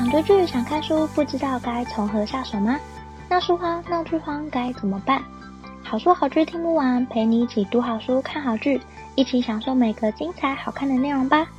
想追剧、想看书，不知道该从何下手吗？闹书荒、闹剧荒该怎么办？好书好剧听不完，陪你一起读好书、看好剧，一起享受每个精彩好看的内容吧。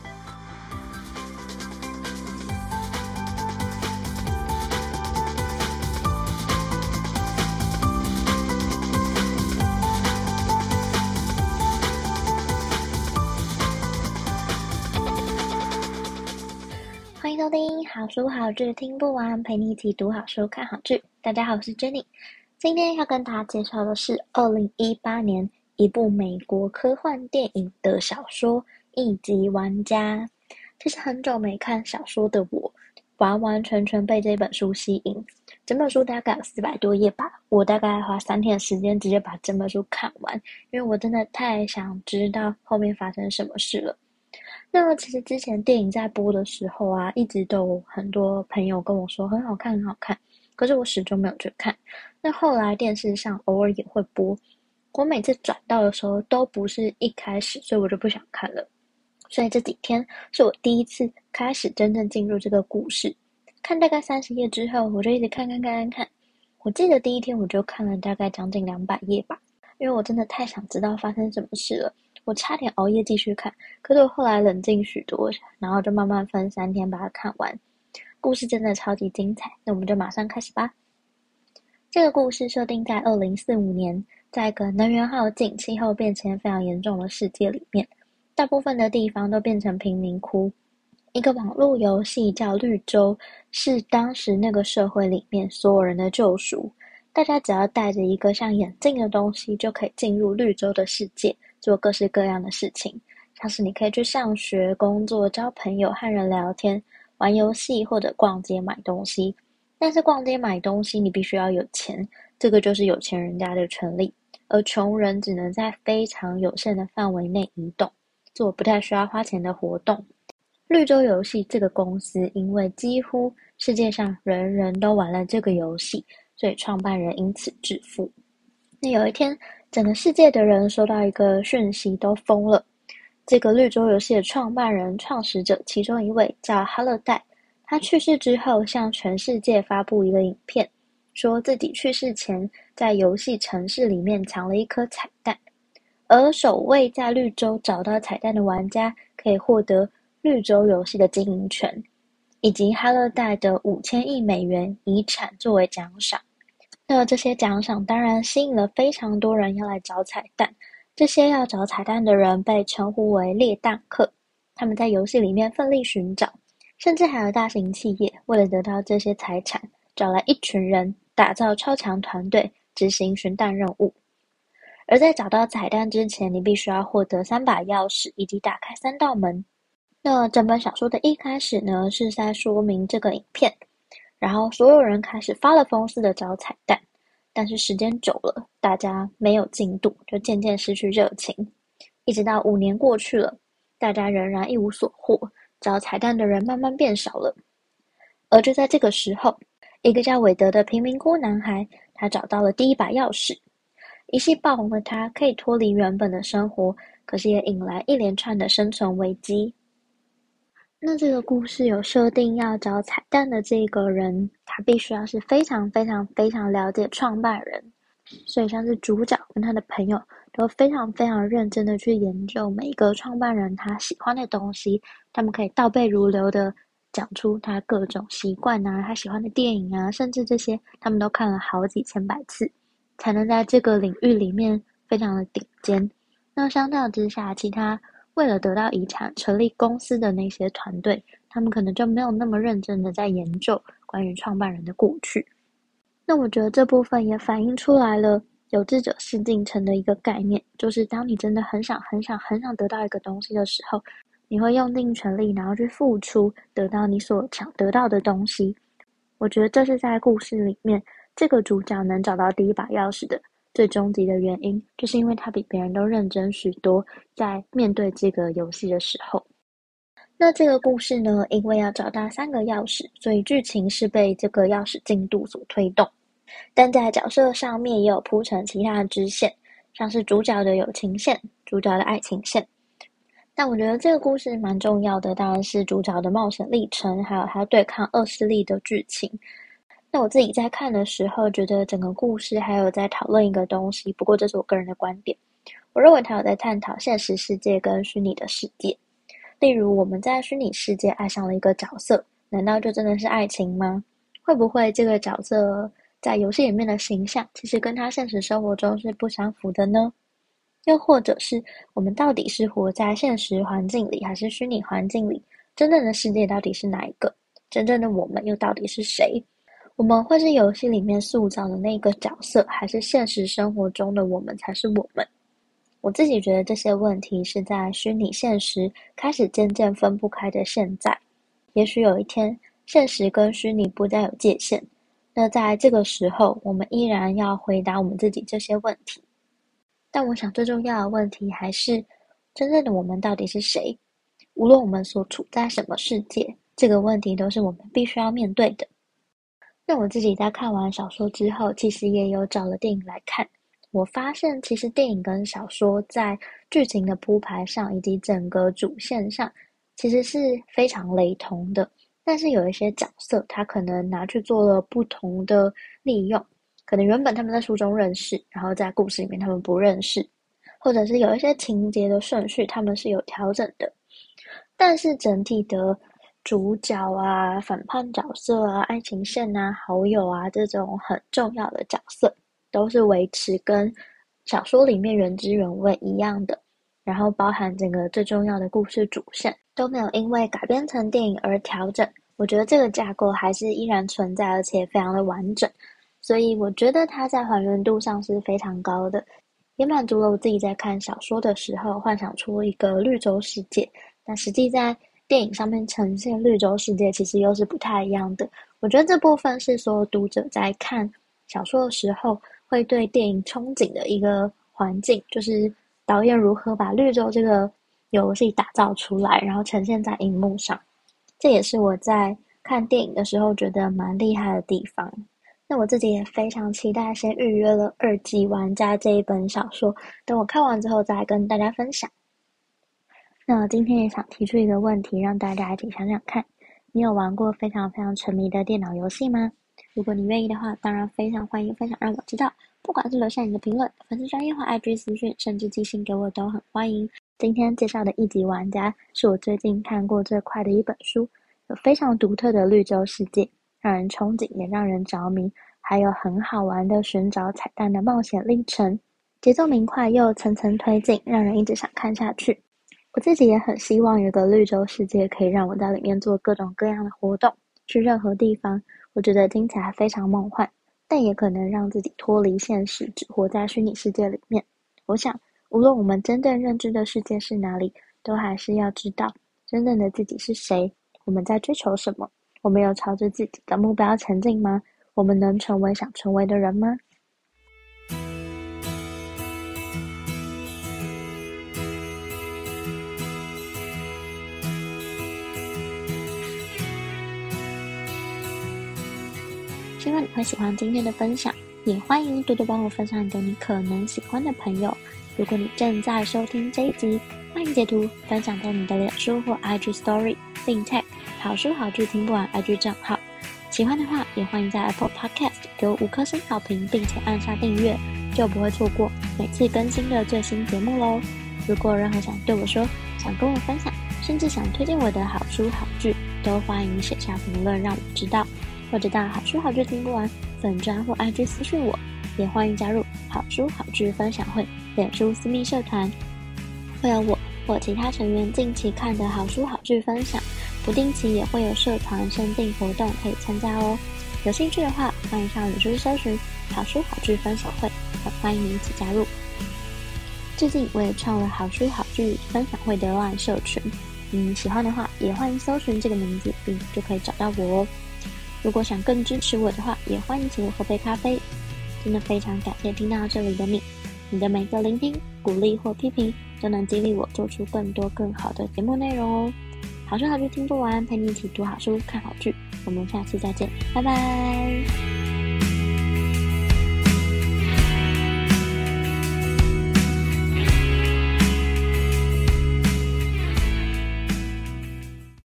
欢迎收听好书好剧听不完，陪你一起读好书看好剧。大家好，我是 Jenny。今天要跟大家介绍的是2018年一部美国科幻电影的小说《一级玩家》。其实很久没看小说的我，完完全全被这本书吸引。整本书大概有400多页吧，我大概花3天的时间直接把整本书看完，因为我真的太想知道后面发生什么事了。那么其实之前电影在播的时候啊，一直都有很多朋友跟我说很好看很好看，可是我始终没有去看。那后来电视上偶尔也会播，我每次转到的时候都不是一开始，所以我就不想看了。所以这几天是我第一次开始真正进入这个故事，看大概30页之后，我就一直看。我记得第一天我就看了大概将近200页吧，因为我真的太想知道发生什么事了。我差点熬夜继续看，可是我后来冷静许多，然后就慢慢分3天把它看完。故事真的超级精彩，那我们就马上开始吧。这个故事设定在2045年，在一个能源耗尽、气候变迁非常严重的世界里面，大部分的地方都变成贫民窟。一个网络游戏叫绿洲，是当时那个社会里面所有人的救赎。大家只要带着一个像眼镜的东西，就可以进入绿洲的世界，做各式各样的事情，像是你可以去上学、工作、交朋友、和人聊天、玩游戏或者逛街买东西。但是逛街买东西你必须要有钱，这个就是有钱人家的权利，而穷人只能在非常有限的范围内移动，做不太需要花钱的活动。绿洲游戏这个公司因为几乎世界上人人都玩了这个游戏，所以创办人因此致富。那有一天，整个世界的人收到一个讯息都疯了。这个绿洲游戏的创办人、创始者其中一位叫哈勒代，他去世之后向全世界发布一个影片，说自己去世前在游戏城市里面藏了一颗彩蛋，而首位在绿洲找到彩蛋的玩家可以获得绿洲游戏的经营权，以及哈勒代的5000亿美元遗产作为奖赏。那这些奖赏当然吸引了非常多人要来找彩蛋，这些要找彩蛋的人被称呼为猎蛋客，他们在游戏里面奋力寻找，甚至还有大型企业为了得到这些财产，找来一群人打造超强团队执行寻蛋任务。而在找到彩蛋之前，你必须要获得3把钥匙以及打开3道门。那整本小说的一开始呢，是在说明这个影片，然后所有人开始发了疯似的找彩蛋，但是时间久了，大家没有进度，就渐渐失去热情。一直到5年过去了，大家仍然一无所获，找彩蛋的人慢慢变少了。而就在这个时候，一个叫韦德的贫民窟男孩，他找到了第一把钥匙。一夕爆红的他可以脱离原本的生活，可是也引来一连串的生存危机。那这个故事有设定要找彩蛋的这个人，他必须要是非常非常非常了解创办人，所以像是主角跟他的朋友都非常非常认真的去研究每一个创办人他喜欢的东西，他们可以倒背如流的讲出他各种习惯啊，他喜欢的电影啊，甚至这些他们都看了好几千百次，才能在这个领域里面非常的顶尖。那相较之下，其他为了得到遗产成立公司的那些团队，他们可能就没有那么认真的在研究关于创办人的过去。那我觉得这部分也反映出来了有志者事竟成的一个概念，就是当你真的很想得到一个东西的时候，你会用尽全力然后去付出，得到你所想得到的东西。我觉得这是在故事里面这个主角能找到第一把钥匙的最终极的原因，就是因为他比别人都认真许多，在面对这个游戏的时候。那这个故事呢，因为要找到3个钥匙，所以剧情是被这个钥匙进度所推动，但在角色上面也有铺成其他的支线，像是主角的友情线、主角的爱情线。 但我觉得这个故事蛮重要的，当然是主角的冒险历程，还有他对抗恶势力的剧情。那我自己在看的时候，觉得整个故事还有在讨论一个东西，不过这是我个人的观点。我认为他有在探讨现实世界跟虚拟的世界。例如，我们在虚拟世界爱上了一个角色，难道就真的是爱情吗？会不会这个角色在游戏里面的形象，其实跟他现实生活中是不相符的呢？又或者是我们到底是活在现实环境里，还是虚拟环境里？真正的世界到底是哪一个？真正的我们又到底是谁？我们会是游戏里面塑造的那个角色，还是现实生活中的我们才是我们？我自己觉得这些问题是在虚拟现实开始渐渐分不开的现在。也许有一天，现实跟虚拟不再有界限，那在这个时候，我们依然要回答我们自己这些问题。但我想最重要的问题还是，真正的我们到底是谁？无论我们所处在什么世界，这个问题都是我们必须要面对的。那我自己在看完小说之后，其实也有找了电影来看。我发现其实电影跟小说在剧情的铺排上，以及整个主线上，其实是非常雷同的。但是有一些角色，他可能拿去做了不同的利用。可能原本他们在书中认识，然后在故事里面他们不认识，或者是有一些情节的顺序他们是有调整的。但是整体的主角啊、反叛角色啊、爱情线啊、好友啊这种很重要的角色，都是维持跟小说里面原汁原味一样的，然后包含整个最重要的故事主线都没有因为改编成电影而调整。我觉得这个架构还是依然存在，而且非常的完整，所以我觉得它在还原度上是非常高的，也满足了我自己在看小说的时候幻想出一个绿洲世界。但实际在电影上面呈现绿洲世界其实又是不太一样的。我觉得这部分是所有读者在看小说的时候会对电影憧憬的一个环境，就是导演如何把绿洲这个游戏打造出来，然后呈现在荧幕上。这也是我在看电影的时候觉得蛮厉害的地方。那我自己也非常期待先预约了2级玩家这一本小说，等我看完之后再跟大家分享。那今天也想提出一个问题，让大家一起想想看，你有玩过非常非常沉迷的电脑游戏吗？如果你愿意的话，当然非常欢迎分享让我知道，不管是留下你的评论、粉丝专页或 IG 私讯，甚至寄信给我都很欢迎。今天介绍的1级玩家是我最近看过最快的一本书，有非常独特的绿洲世界，让人憧憬也让人着迷，还有很好玩的寻找彩蛋的冒险历程，节奏明快又层层推进，让人一直想看下去。我自己也很希望有个绿洲世界，可以让我在里面做各种各样的活动，去任何地方。我觉得听起来非常梦幻，但也可能让自己脱离现实，只活在虚拟世界里面。我想无论我们真正认知的世界是哪里，都还是要知道真正的自己是谁，我们在追求什么，我们有朝着自己的目标前进吗？我们能成为想成为的人吗？希望你会喜欢今天的分享，也欢迎多多帮我分享给你可能喜欢的朋友。如果你正在收听这一集，欢迎截图分享到你的脸书或 IG Story， 并 tag 好书好剧听不完 IG 账号。喜欢的话，也欢迎在 Apple Podcast 给我5颗星好评，并且按下订阅，就不会错过每次更新的最新节目咯。如果有任何想对我说、想跟我分享，甚至想推荐我的好书好剧，都欢迎写下评论让我知道，或者到好书好剧听不完粉专或 IG 私讯我，也欢迎加入好书好剧分享会脸书私密社团，会有我或其他成员近期看的好书好剧分享，不定期也会有社团限定活动可以参加哦。有兴趣的话，欢迎上脸书搜寻好书好剧分享会，很欢迎你一起加入。最近我也创了好书好剧分享会的 LINE 社群，喜欢的话也欢迎搜寻这个名字，并就可以找到我哦。如果想更支持我的话，也欢迎请我喝杯咖啡。真的非常感谢听到这里的你，你的每个聆听、鼓励或批评，都能激励我做出更多更好的节目内容哦。好书好剧听不完，陪你一起读好书、看好剧。我们下次再见，拜拜。